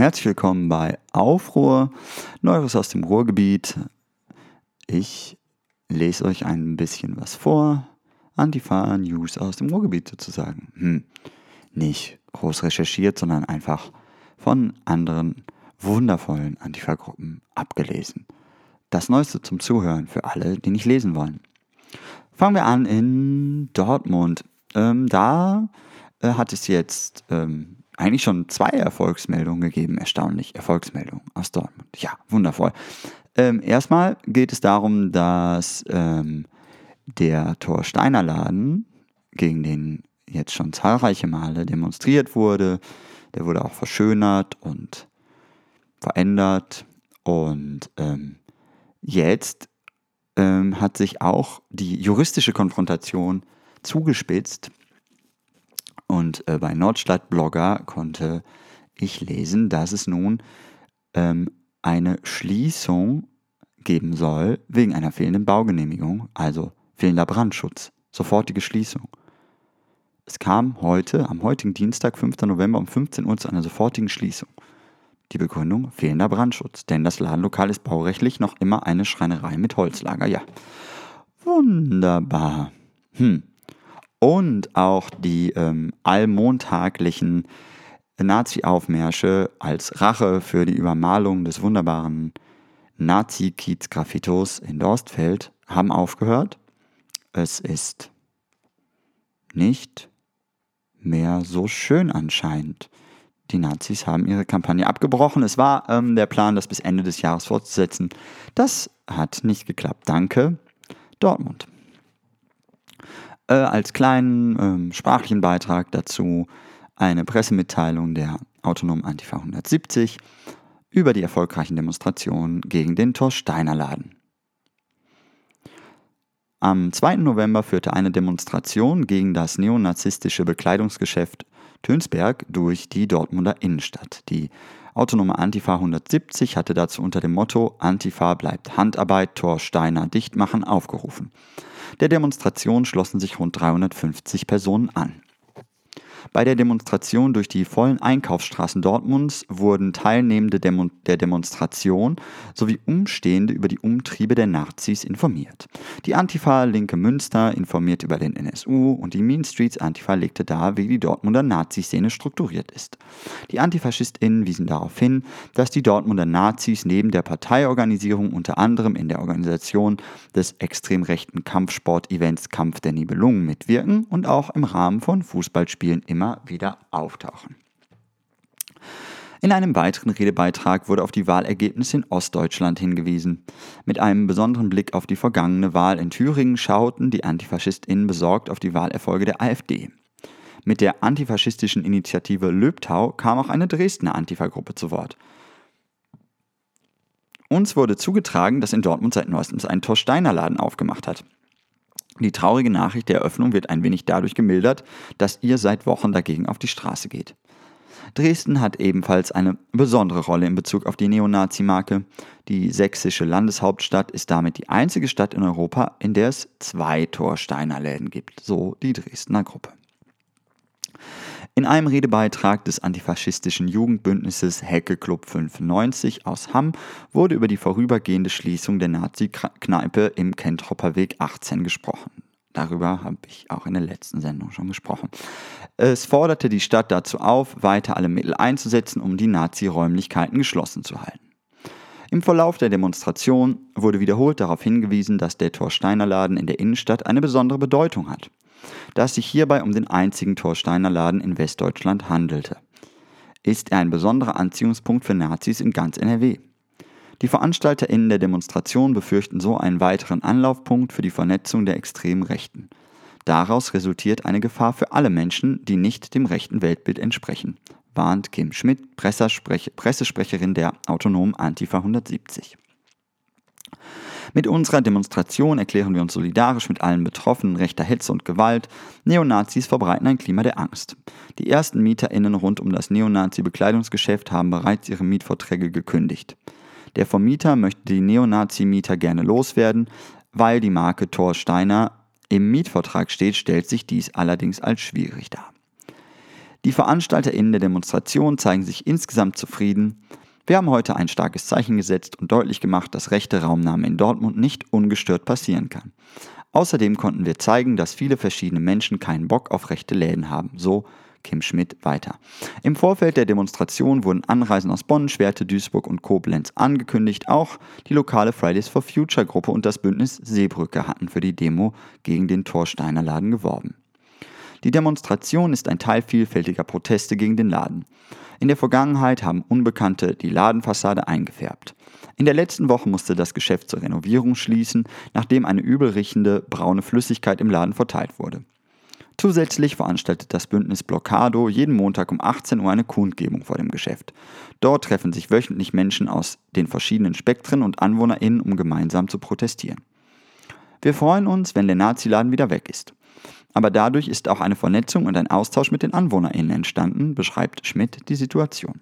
Herzlich willkommen bei Aufruhr, Neues aus dem Ruhrgebiet. Ich lese euch ein bisschen was vor. Antifa-News aus dem Ruhrgebiet sozusagen. Nicht groß recherchiert, sondern einfach von anderen wundervollen Antifa-Gruppen abgelesen. Das Neueste zum Zuhören für alle, die nicht lesen wollen. Fangen wir an in Dortmund. Da hat es jetzt eigentlich schon 2 Erfolgsmeldungen gegeben. Erstaunlich, Erfolgsmeldungen aus Dortmund. Ja, wundervoll. Erstmal geht es darum, dass der Thorsteiner Laden, gegen den jetzt schon zahlreiche Male demonstriert wurde, der wurde auch verschönert und verändert. Und jetzt hat sich auch die juristische Konfrontation zugespitzt. Und bei Nordstadt-Blogger konnte ich lesen, dass es nun eine Schließung geben soll wegen einer fehlenden Baugenehmigung, also fehlender Brandschutz. Sofortige Schließung. Es kam heute, am heutigen Dienstag, 5. November um 15 Uhr zu einer sofortigen Schließung. Die Begründung: fehlender Brandschutz, denn das Ladenlokal ist baurechtlich noch immer eine Schreinerei mit Holzlager. Ja, wunderbar. Und auch die allmontaglichen Nazi-Aufmärsche als Rache für die Übermalung des wunderbaren Nazi-Kiez-Graffitos in Dorstfeld haben aufgehört. Es ist nicht mehr so schön anscheinend. Die Nazis haben ihre Kampagne abgebrochen. Es war der Plan, das bis Ende des Jahres fortzusetzen. Das hat nicht geklappt. Danke, Dortmund. Als kleinen sprachlichen Beitrag dazu eine Pressemitteilung der autonomen Antifa 170 über die erfolgreichen Demonstrationen gegen den Thorsteiner Laden. Am 2. November führte eine Demonstration gegen das neonazistische Bekleidungsgeschäft Tönsberg durch die Dortmunder Innenstadt. Die autonome Antifa 170 hatte dazu unter dem Motto „Antifa bleibt Handarbeit, Thorsteiner dicht machen" aufgerufen. Der Demonstration schlossen sich rund 350 Personen an. Bei der Demonstration durch die vollen Einkaufsstraßen Dortmunds wurden Teilnehmende der Demonstration sowie Umstehende über die Umtriebe der Nazis informiert. Die Antifa Linke Münster informiert über den NSU und die Mean Streets Antifa legte dar, wie die Dortmunder Nazi-Szene strukturiert ist. Die AntifaschistInnen wiesen darauf hin, dass die Dortmunder Nazis neben der Parteiorganisierung unter anderem in der Organisation des extrem rechten Kampfsport-Events Kampf der Nibelungen mitwirken und auch im Rahmen von Fußballspielen immer wieder auftauchen. In einem weiteren Redebeitrag wurde auf die Wahlergebnisse in Ostdeutschland hingewiesen. Mit einem besonderen Blick auf die vergangene Wahl in Thüringen schauten die AntifaschistInnen besorgt auf die Wahlerfolge der AfD. Mit der antifaschistischen Initiative Löbtau kam auch eine Dresdner Antifa-Gruppe zu Wort. Uns wurde zugetragen, dass in Dortmund seit neuestem ein Thorsteiner Laden aufgemacht hat. Die traurige Nachricht der Eröffnung wird ein wenig dadurch gemildert, dass ihr seit Wochen dagegen auf die Straße geht. Dresden hat ebenfalls eine besondere Rolle in Bezug auf die Neonazi-Marke. Die sächsische Landeshauptstadt ist damit die einzige Stadt in Europa, in der es 2 Thorsteiner Läden gibt, so die Dresdner Gruppe. In einem Redebeitrag des antifaschistischen Jugendbündnisses Hecke Club 95 aus Hamm wurde über die vorübergehende Schließung der Nazi-Kneipe im Kentropper Weg 18 gesprochen. Darüber habe ich auch in der letzten Sendung schon gesprochen. Es forderte die Stadt dazu auf, weiter alle Mittel einzusetzen, um die Nazi-Räumlichkeiten geschlossen zu halten. Im Verlauf der Demonstration wurde wiederholt darauf hingewiesen, dass der Thorsteiner Laden in der Innenstadt eine besondere Bedeutung hat. Da es sich hierbei um den einzigen Thorsteiner Laden in Westdeutschland handelte, ist er ein besonderer Anziehungspunkt für Nazis in ganz NRW. Die VeranstalterInnen der Demonstration befürchten so einen weiteren Anlaufpunkt für die Vernetzung der extremen Rechten. Daraus resultiert eine Gefahr für alle Menschen, die nicht dem rechten Weltbild entsprechen, warnt Kim Schmidt, Pressesprecherin der autonomen Antifa 170. Mit unserer Demonstration erklären wir uns solidarisch mit allen Betroffenen rechter Hetze und Gewalt. Neonazis verbreiten ein Klima der Angst. Die ersten MieterInnen rund um das Neonazi-Bekleidungsgeschäft haben bereits ihre Mietverträge gekündigt. Der Vermieter möchte die Neonazi-Mieter gerne loswerden, weil die Marke Thorsteiner im Mietvertrag steht, stellt sich dies allerdings als schwierig dar. Die VeranstalterInnen der Demonstration zeigen sich insgesamt zufrieden. Wir haben heute ein starkes Zeichen gesetzt und deutlich gemacht, dass rechte Raumnahme in Dortmund nicht ungestört passieren kann. Außerdem konnten wir zeigen, dass viele verschiedene Menschen keinen Bock auf rechte Läden haben, so Kim Schmidt weiter. Im Vorfeld der Demonstration wurden Anreisen aus Bonn, Schwerte, Duisburg und Koblenz angekündigt. Auch die lokale Fridays for Future Gruppe und das Bündnis Seebrücke hatten für die Demo gegen den Torsteiner Laden geworben. Die Demonstration ist ein Teil vielfältiger Proteste gegen den Laden. In der Vergangenheit haben Unbekannte die Ladenfassade eingefärbt. In der letzten Woche musste das Geschäft zur Renovierung schließen, nachdem eine übelriechende braune Flüssigkeit im Laden verteilt wurde. Zusätzlich veranstaltet das Bündnis Blockado jeden Montag um 18 Uhr eine Kundgebung vor dem Geschäft. Dort treffen sich wöchentlich Menschen aus den verschiedenen Spektren und AnwohnerInnen, um gemeinsam zu protestieren. Wir freuen uns, wenn der Naziladen wieder weg ist. Aber dadurch ist auch eine Vernetzung und ein Austausch mit den AnwohnerInnen entstanden, beschreibt Schmidt die Situation.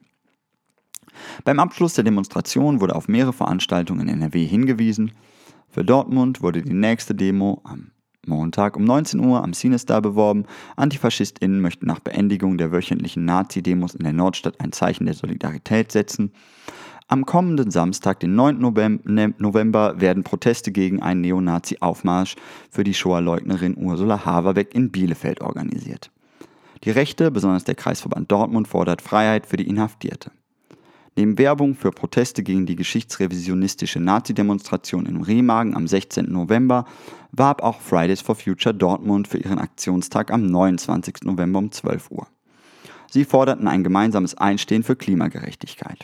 Beim Abschluss der Demonstration wurde auf mehrere Veranstaltungen in NRW hingewiesen. Für Dortmund wurde die nächste Demo am Montag um 19 Uhr am Cinestar beworben. AntifaschistInnen möchten nach Beendigung der wöchentlichen Nazi-Demos in der Nordstadt ein Zeichen der Solidarität setzen. Am kommenden Samstag, den 9. November, werden Proteste gegen einen Neonazi-Aufmarsch für die Shoah-Leugnerin Ursula Haverbeck in Bielefeld organisiert. Die Rechte, besonders der Kreisverband Dortmund, fordert Freiheit für die Inhaftierte. Neben Werbung für Proteste gegen die geschichtsrevisionistische Nazi-Demonstration in Remagen am 16. November warb auch Fridays for Future Dortmund für ihren Aktionstag am 29. November um 12 Uhr. Sie forderten ein gemeinsames Einstehen für Klimagerechtigkeit.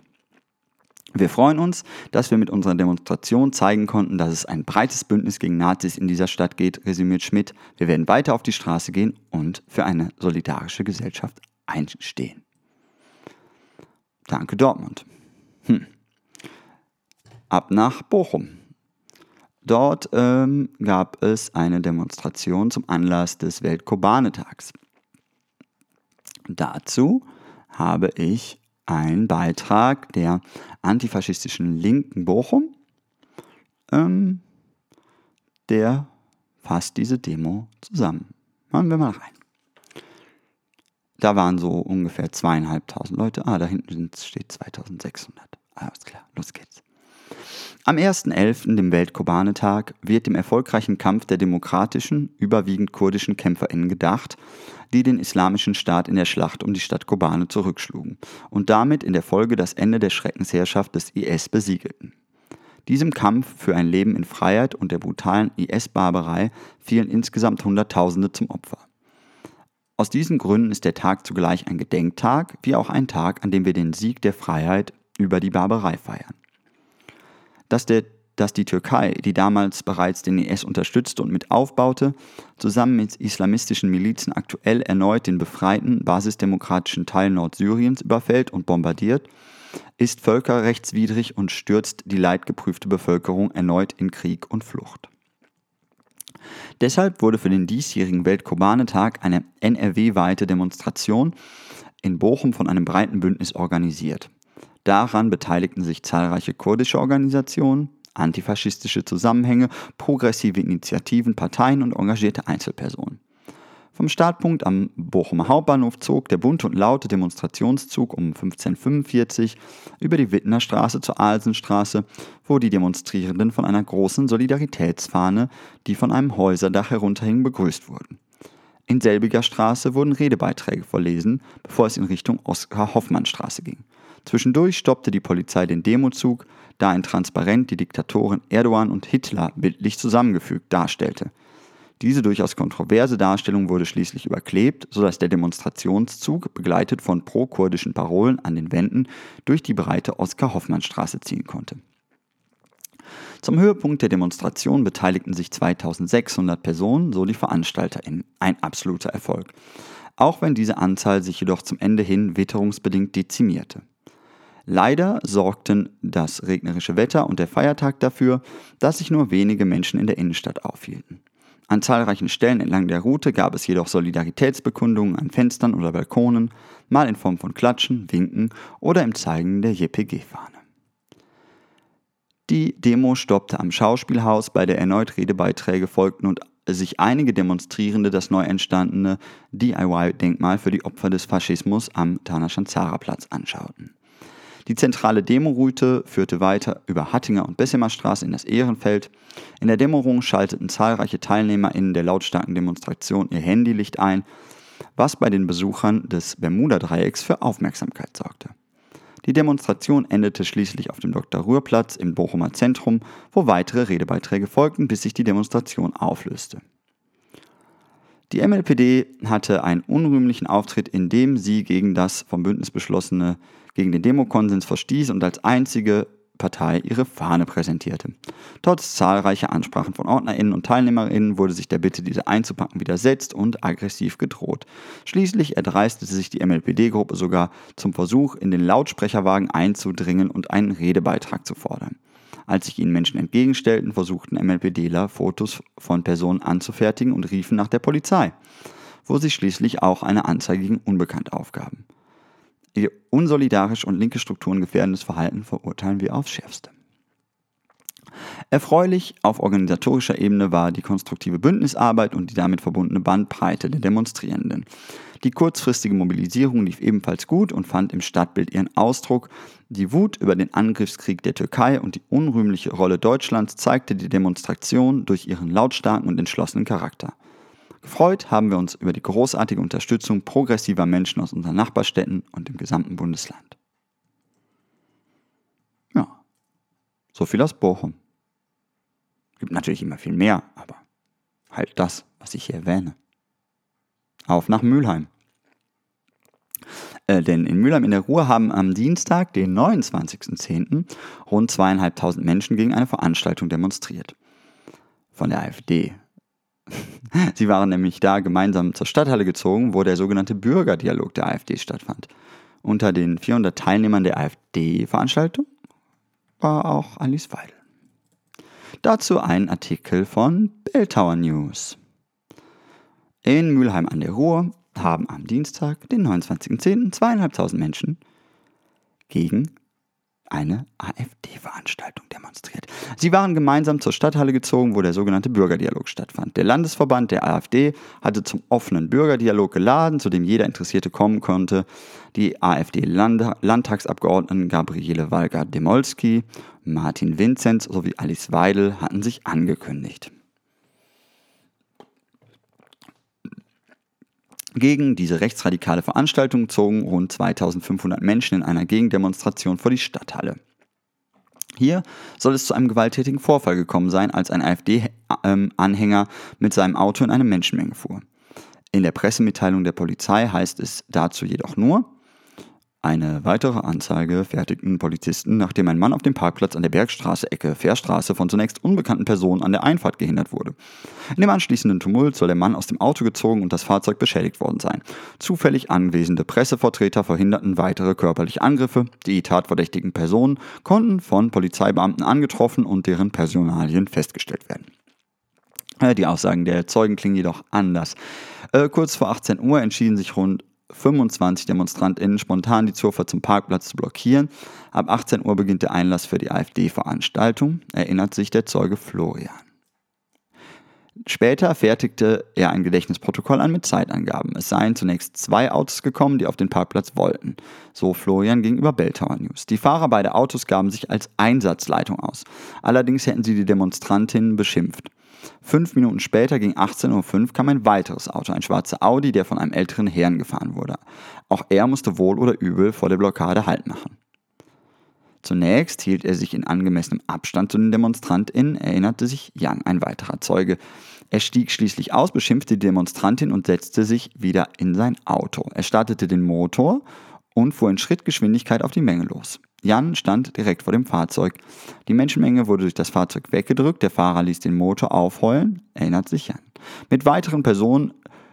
Wir freuen uns, dass wir mit unserer Demonstration zeigen konnten, dass es ein breites Bündnis gegen Nazis in dieser Stadt geht, resümiert Schmidt. Wir werden weiter auf die Straße gehen und für eine solidarische Gesellschaft einstehen. Danke, Dortmund. Ab nach Bochum. Dort gab es eine Demonstration zum Anlass des Weltkobanetags. Dazu habe ich einen Beitrag der antifaschistischen Linken Bochum, der fasst diese Demo zusammen. Hören wir mal rein. Da waren so ungefähr 2.500 Leute. Da hinten steht 2.600. Alles klar, los geht's. Am 1.11., dem Weltkobanetag, wird dem erfolgreichen Kampf der demokratischen, überwiegend kurdischen KämpferInnen gedacht, die den islamischen Staat in der Schlacht um die Stadt Kobane zurückschlugen und damit in der Folge das Ende der Schreckensherrschaft des IS besiegelten. Diesem Kampf für ein Leben in Freiheit und der brutalen IS-Barbarei fielen insgesamt Hunderttausende zum Opfer. Aus diesen Gründen ist der Tag zugleich ein Gedenktag, wie auch ein Tag, an dem wir den Sieg der Freiheit über die Barbarei feiern. Dass die Türkei, die damals bereits den IS unterstützte und mit aufbaute, zusammen mit islamistischen Milizen aktuell erneut den befreiten, basisdemokratischen Teil Nordsyriens überfällt und bombardiert, ist völkerrechtswidrig und stürzt die leidgeprüfte Bevölkerung erneut in Krieg und Flucht. Deshalb wurde für den diesjährigen Weltkobanetag eine NRW-weite Demonstration in Bochum von einem breiten Bündnis organisiert. Daran beteiligten sich zahlreiche kurdische Organisationen, antifaschistische Zusammenhänge, progressive Initiativen, Parteien und engagierte Einzelpersonen. Vom Startpunkt am Bochumer Hauptbahnhof zog der bunte und laute Demonstrationszug um 15:45 über die Wittener Straße zur Alsenstraße, wo die Demonstrierenden von einer großen Solidaritätsfahne, die von einem Häuserdach herunterhing, begrüßt wurden. In selbiger Straße wurden Redebeiträge vorlesen, bevor es in Richtung Oskar-Hoffmann-Straße ging. Zwischendurch stoppte die Polizei den Demozug, da ein Transparent die Diktatoren Erdogan und Hitler bildlich zusammengefügt darstellte. Diese durchaus kontroverse Darstellung wurde schließlich überklebt, sodass der Demonstrationszug, begleitet von pro-kurdischen Parolen an den Wänden, durch die breite Oskar-Hoffmann-Straße ziehen konnte. Zum Höhepunkt der Demonstration beteiligten sich 2.600 Personen, so die VeranstalterInnen. Ein absoluter Erfolg. Auch wenn diese Anzahl sich jedoch zum Ende hin witterungsbedingt dezimierte. Leider sorgten das regnerische Wetter und der Feiertag dafür, dass sich nur wenige Menschen in der Innenstadt aufhielten. An zahlreichen Stellen entlang der Route gab es jedoch Solidaritätsbekundungen an Fenstern oder Balkonen, mal in Form von Klatschen, Winken oder im Zeigen der JPG-Fahne. Die Demo stoppte am Schauspielhaus, bei der erneut Redebeiträge folgten und sich einige Demonstrierende das neu entstandene DIY-Denkmal für die Opfer des Faschismus am Tanaschanzara-Platz anschauten. Die zentrale Demoroute führte weiter über Hattinger und Bessemer Straße in das Ehrenfeld. In der Dämmerung schalteten zahlreiche TeilnehmerInnen der lautstarken Demonstration ihr Handylicht ein, was bei den Besuchern des Bermuda-Dreiecks für Aufmerksamkeit sorgte. Die Demonstration endete schließlich auf dem Dr.-Rühr-Platz im Bochumer Zentrum, wo weitere Redebeiträge folgten, bis sich die Demonstration auflöste. Die MLPD hatte einen unrühmlichen Auftritt, in dem sie gegen das vom Bündnis beschlossene, gegen den Demokonsens verstieß und als einzige Partei ihre Fahne präsentierte. Trotz zahlreicher Ansprachen von OrdnerInnen und TeilnehmerInnen wurde sich der Bitte, diese einzupacken, widersetzt und aggressiv gedroht. Schließlich erdreistete sich die MLPD-Gruppe sogar zum Versuch, in den Lautsprecherwagen einzudringen und einen Redebeitrag zu fordern. Als sich ihnen Menschen entgegenstellten, versuchten MLPDler, Fotos von Personen anzufertigen und riefen nach der Polizei, wo sich schließlich auch eine Anzeige gegen Unbekannt aufgaben. Ihr unsolidarisch und linke Strukturen gefährdendes Verhalten verurteilen wir aufs Schärfste. Erfreulich auf organisatorischer Ebene war die konstruktive Bündnisarbeit und die damit verbundene Bandbreite der Demonstrierenden. Die kurzfristige Mobilisierung lief ebenfalls gut und fand im Stadtbild ihren Ausdruck. Die Wut über den Angriffskrieg der Türkei und die unrühmliche Rolle Deutschlands zeigte die Demonstration durch ihren lautstarken und entschlossenen Charakter. Gefreut haben wir uns über die großartige Unterstützung progressiver Menschen aus unseren Nachbarstädten und dem gesamten Bundesland. Ja, so viel aus Bochum. Gibt natürlich immer viel mehr, aber halt das, was ich hier erwähne. Auf nach Mülheim. Denn in Mülheim in der Ruhr haben am Dienstag, den 29.10., rund 2.500 Menschen gegen eine Veranstaltung demonstriert. Von der AfD. Sie waren nämlich da gemeinsam zur Stadthalle gezogen, wo der sogenannte Bürgerdialog der AfD stattfand. Unter den 400 Teilnehmern der AfD-Veranstaltung war auch Alice Weidel. Dazu ein Artikel von Belltower News. In Mülheim an der Ruhr haben am Dienstag, den 29.10., 2.500 Menschen gegen eine AfD-Veranstaltung demonstriert. Sie waren gemeinsam zur Stadthalle gezogen, wo der sogenannte Bürgerdialog stattfand. Der Landesverband der AfD hatte zum offenen Bürgerdialog geladen, zu dem jeder Interessierte kommen konnte. Die AfD-Landtagsabgeordneten Gabriele Walger-Demolski, Martin Vinzenz sowie Alice Weidel hatten sich angekündigt. Gegen diese rechtsradikale Veranstaltung zogen rund 2.500 Menschen in einer Gegendemonstration vor die Stadthalle. Hier soll es zu einem gewalttätigen Vorfall gekommen sein, als ein AfD-Anhänger mit seinem Auto in eine Menschenmenge fuhr. In der Pressemitteilung der Polizei heißt es dazu jedoch nur: Eine weitere Anzeige fertigten Polizisten, nachdem ein Mann auf dem Parkplatz an der Bergstraße Ecke Fährstraße von zunächst unbekannten Personen an der Einfahrt gehindert wurde. In dem anschließenden Tumult soll der Mann aus dem Auto gezogen und das Fahrzeug beschädigt worden sein. Zufällig anwesende Pressevertreter verhinderten weitere körperliche Angriffe. Die tatverdächtigen Personen konnten von Polizeibeamten angetroffen und deren Personalien festgestellt werden. Die Aussagen der Zeugen klingen jedoch anders. Kurz vor 18 Uhr entschieden sich rund 25 DemonstrantInnen spontan die Zufahrt zum Parkplatz zu blockieren. Ab 18 Uhr beginnt der Einlass für die AfD-Veranstaltung, erinnert sich der Zeuge Florian. Später fertigte er ein Gedächtnisprotokoll an mit Zeitangaben. Es seien zunächst 2 Autos gekommen, die auf den Parkplatz wollten, so Florian gegenüber Belltower News. Die Fahrer beider Autos gaben sich als Einsatzleitung aus. Allerdings hätten sie die Demonstrantinnen beschimpft. 5 Minuten später, gegen 18.05 Uhr, kam ein weiteres Auto, ein schwarzer Audi, der von einem älteren Herrn gefahren wurde. Auch er musste wohl oder übel vor der Blockade Halt machen. Zunächst hielt er sich in angemessenem Abstand zu den DemonstrantInnen, erinnerte sich Jan, ein weiterer Zeuge. Er stieg schließlich aus, beschimpfte die Demonstrantin und setzte sich wieder in sein Auto. Er startete den Motor und fuhr in Schrittgeschwindigkeit auf die Menge los. Jan stand direkt vor dem Fahrzeug. Die Menschenmenge wurde durch das Fahrzeug weggedrückt, der Fahrer ließ den Motor aufheulen, erinnert sich Jan. Mit weiteren Personen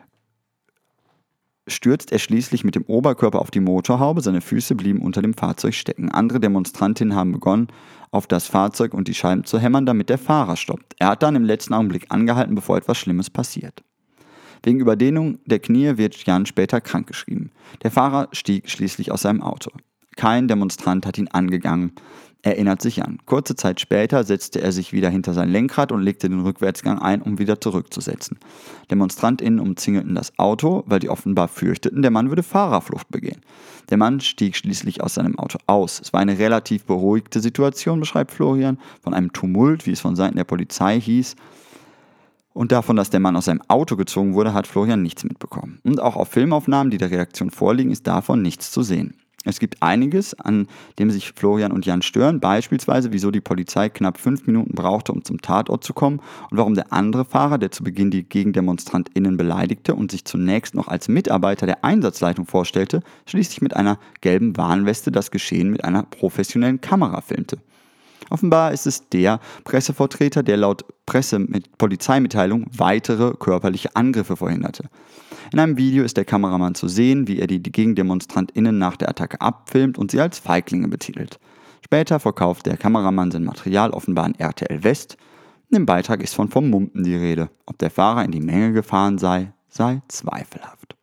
stürzt er schließlich mit dem Oberkörper auf die Motorhaube, seine Füße blieben unter dem Fahrzeug stecken. Andere Demonstrantinnen haben begonnen, auf das Fahrzeug und die Scheiben zu hämmern, damit der Fahrer stoppt. Er hat dann im letzten Augenblick angehalten, bevor etwas Schlimmes passiert. Wegen Überdehnung der Knie wird Jan später krankgeschrieben. Der Fahrer stieg schließlich aus seinem Auto. Kein Demonstrant hat ihn angegangen. erinnert sich an. Kurze Zeit später setzte er sich wieder hinter sein Lenkrad und legte den Rückwärtsgang ein, um wieder zurückzusetzen. DemonstrantInnen umzingelten das Auto, weil die offenbar fürchteten, der Mann würde Fahrerflucht begehen. Der Mann stieg schließlich aus seinem Auto aus. Es war eine relativ beruhigte Situation, beschreibt Florian. Von einem Tumult, wie es von Seiten der Polizei hieß, und davon, dass der Mann aus seinem Auto gezogen wurde, hat Florian nichts mitbekommen. Und auch auf Filmaufnahmen, die der Redaktion vorliegen, ist davon nichts zu sehen. Es gibt einiges, an dem sich Florian und Jan stören, beispielsweise wieso die Polizei knapp 5 Minuten brauchte, um zum Tatort zu kommen und warum der andere Fahrer, der zu Beginn die GegendemonstrantInnen beleidigte und sich zunächst noch als Mitarbeiter der Einsatzleitung vorstellte, schließlich mit einer gelben Warnweste das Geschehen mit einer professionellen Kamera filmte. Offenbar ist es der Pressevertreter, der laut Polizeimitteilung weitere körperliche Angriffe verhinderte. In einem Video ist der Kameramann zu sehen, wie er die GegendemonstrantInnen nach der Attacke abfilmt und sie als Feiglinge betitelt. Später verkauft der Kameramann sein Material offenbar an RTL West. In dem Beitrag ist von Vermummten die Rede. Ob der Fahrer in die Menge gefahren sei zweifelhaft.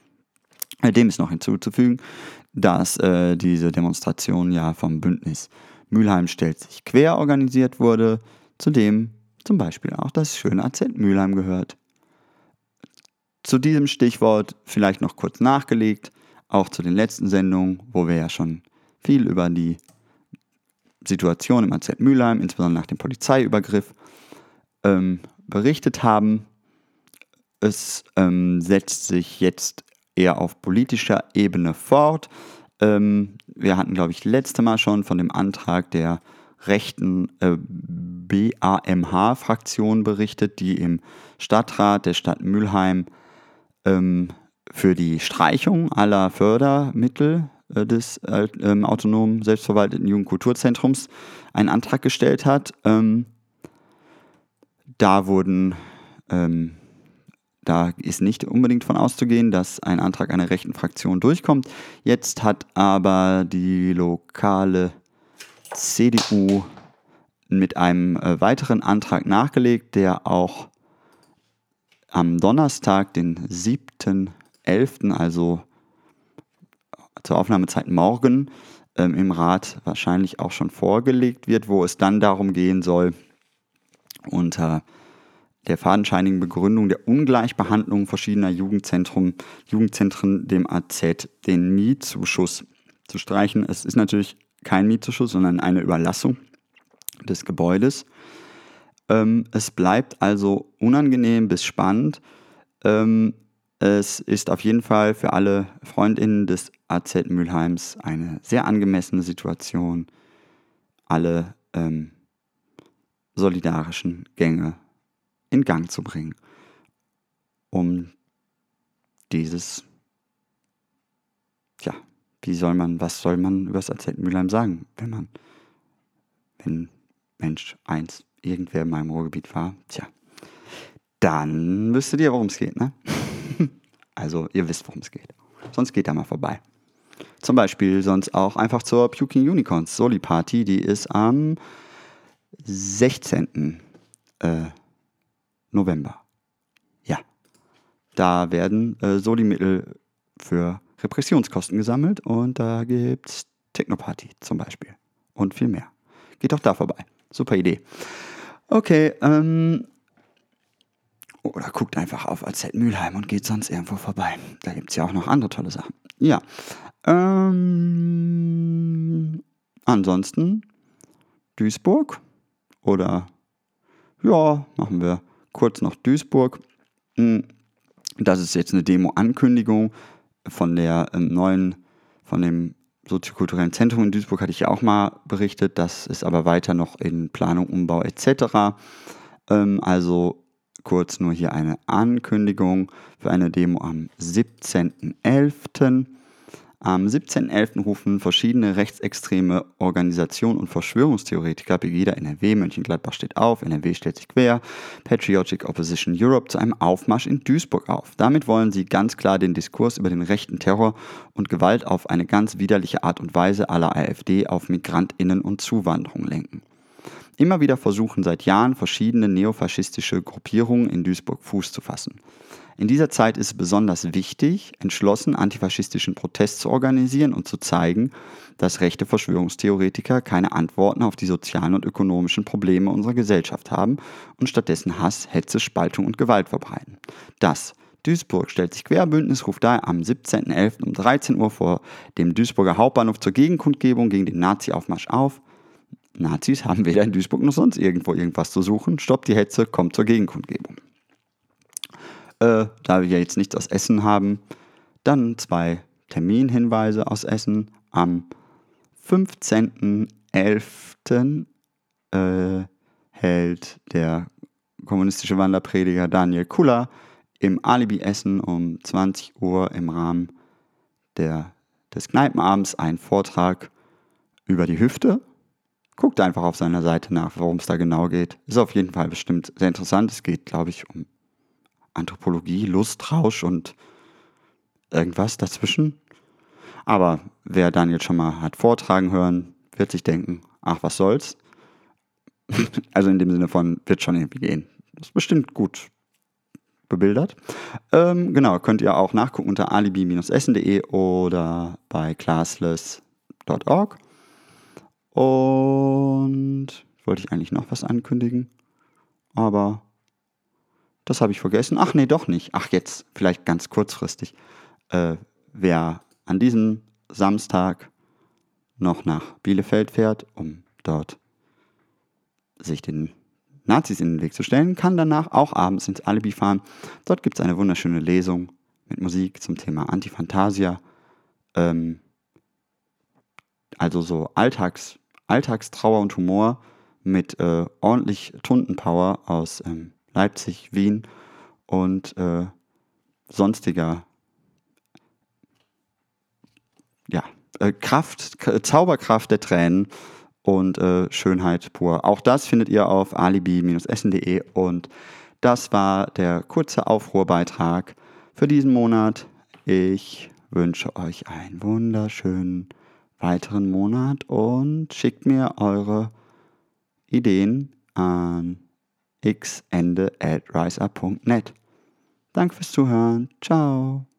Dem ist noch hinzuzufügen, dass diese Demonstration ja vom Bündnis Mülheim stellt sich quer organisiert wurde, zu dem zum Beispiel auch das schöne AZ Mülheim gehört. Zu diesem Stichwort vielleicht noch kurz nachgelegt, auch zu den letzten Sendungen, wo wir ja schon viel über die Situation im AZ Mülheim, insbesondere nach dem Polizeiübergriff, berichtet haben. Es setzt sich jetzt eher auf politischer Ebene fort. Wir hatten, glaube ich, letzte Mal schon von dem Antrag der rechten BAMH-Fraktion berichtet, die im Stadtrat der Stadt Mülheim für die Streichung aller Fördermittel des autonomen selbstverwalteten Jugendkulturzentrums einen Antrag gestellt hat. Da ist nicht unbedingt von auszugehen, dass ein Antrag einer rechten Fraktion durchkommt. Jetzt hat aber die lokale CDU mit einem weiteren Antrag nachgelegt, der auch am Donnerstag, den 7.11., also zur Aufnahmezeit morgen, im Rat wahrscheinlich auch schon vorgelegt wird, wo es dann darum gehen soll, unter der fadenscheinigen Begründung der Ungleichbehandlung verschiedener Jugendzentren dem AZ den Mietzuschuss zu streichen. Es ist natürlich kein Mietzuschuss, sondern eine Überlassung des Gebäudes. Es bleibt also unangenehm bis spannend. Es ist auf jeden Fall für alle FreundInnen des AZ Mülheims eine sehr angemessene Situation, alle solidarischen Gänge in Gang zu bringen, um dieses, was soll man über das AZ Mülheim sagen, wenn Mensch 1 irgendwer in meinem Ruhrgebiet war, dann wüsstet ihr, worum es geht, ne? Also, ihr wisst, worum es geht. Sonst geht da mal vorbei. Zum Beispiel sonst auch einfach zur Puking Unicorns Soli Party, die ist am 16. November. Ja, da werden Soli-Mittel für Repressionskosten gesammelt und da gibt's Techno-Party zum Beispiel und viel mehr. Geht doch da vorbei. Super Idee. Okay, oder guckt einfach auf AZ Mülheim und geht sonst irgendwo vorbei. Da gibt es ja auch noch andere tolle Sachen. Ja. Ansonsten Duisburg oder machen wir kurz noch Duisburg. Das ist jetzt eine Demo-Ankündigung von dem soziokulturellen Zentrum in Duisburg, hatte ich ja auch mal berichtet. Das ist aber weiter noch in Planung, Umbau etc. Also kurz nur hier eine Ankündigung für eine Demo am 17.11. Am 17.11. rufen verschiedene rechtsextreme Organisationen und Verschwörungstheoretiker, Pegida NRW, Mönchengladbach steht auf, NRW stellt sich quer, Patriotic Opposition Europe zu einem Aufmarsch in Duisburg auf. Damit wollen sie ganz klar den Diskurs über den rechten Terror und Gewalt auf eine ganz widerliche Art und Weise à la AfD auf MigrantInnen und Zuwanderung lenken. Immer wieder versuchen seit Jahren verschiedene neofaschistische Gruppierungen in Duisburg Fuß zu fassen. In dieser Zeit ist es besonders wichtig, entschlossen antifaschistischen Protest zu organisieren und zu zeigen, dass rechte Verschwörungstheoretiker keine Antworten auf die sozialen und ökonomischen Probleme unserer Gesellschaft haben und stattdessen Hass, Hetze, Spaltung und Gewalt verbreiten. Das Duisburg stellt sich Querbündnis ruft daher am 17.11. um 13 Uhr vor dem Duisburger Hauptbahnhof zur Gegenkundgebung gegen den Nazi-Aufmarsch auf. Nazis haben weder in Duisburg noch sonst irgendwo irgendwas zu suchen. Stoppt die Hetze, kommt zur Gegenkundgebung. Da wir ja jetzt nichts aus Essen haben, dann 2 Terminhinweise aus Essen. Am 15.11. Hält der kommunistische Wanderprediger Daniel Kuller im Alibi Essen um 20 Uhr im Rahmen des Kneipenabends einen Vortrag über die Hüfte. Guckt einfach auf seiner Seite nach, worum es da genau geht. Ist auf jeden Fall bestimmt sehr interessant. Es geht, glaube ich, um Anthropologie, Lustrausch und irgendwas dazwischen. Aber wer Daniel schon mal hat vortragen hören, wird sich denken, ach, was soll's. Also in dem Sinne von, wird schon irgendwie gehen. Das ist bestimmt gut bebildert. Genau, könnt ihr auch nachgucken unter alibi-essen.de oder bei classless.org. Und wollte ich eigentlich noch was ankündigen, aber das habe ich vergessen. Ach nee, doch nicht. Ach, jetzt vielleicht ganz kurzfristig. Wer an diesem Samstag noch nach Bielefeld fährt, um dort sich den Nazis in den Weg zu stellen, kann danach auch abends ins Alibi fahren. Dort gibt es eine wunderschöne Lesung mit Musik zum Thema Antifantasia. Also so Alltagstrauer und Humor mit ordentlich Tundenpower aus Leipzig, Wien und sonstiger Zauberkraft der Tränen und Schönheit pur. Auch das findet ihr auf alibi-essen.de und das war der kurze Aufruhrbeitrag für diesen Monat. Ich wünsche euch einen wunderschönen weiteren Monat und schickt mir eure Ideen an xende@riseup.net. Danke fürs Zuhören. Ciao.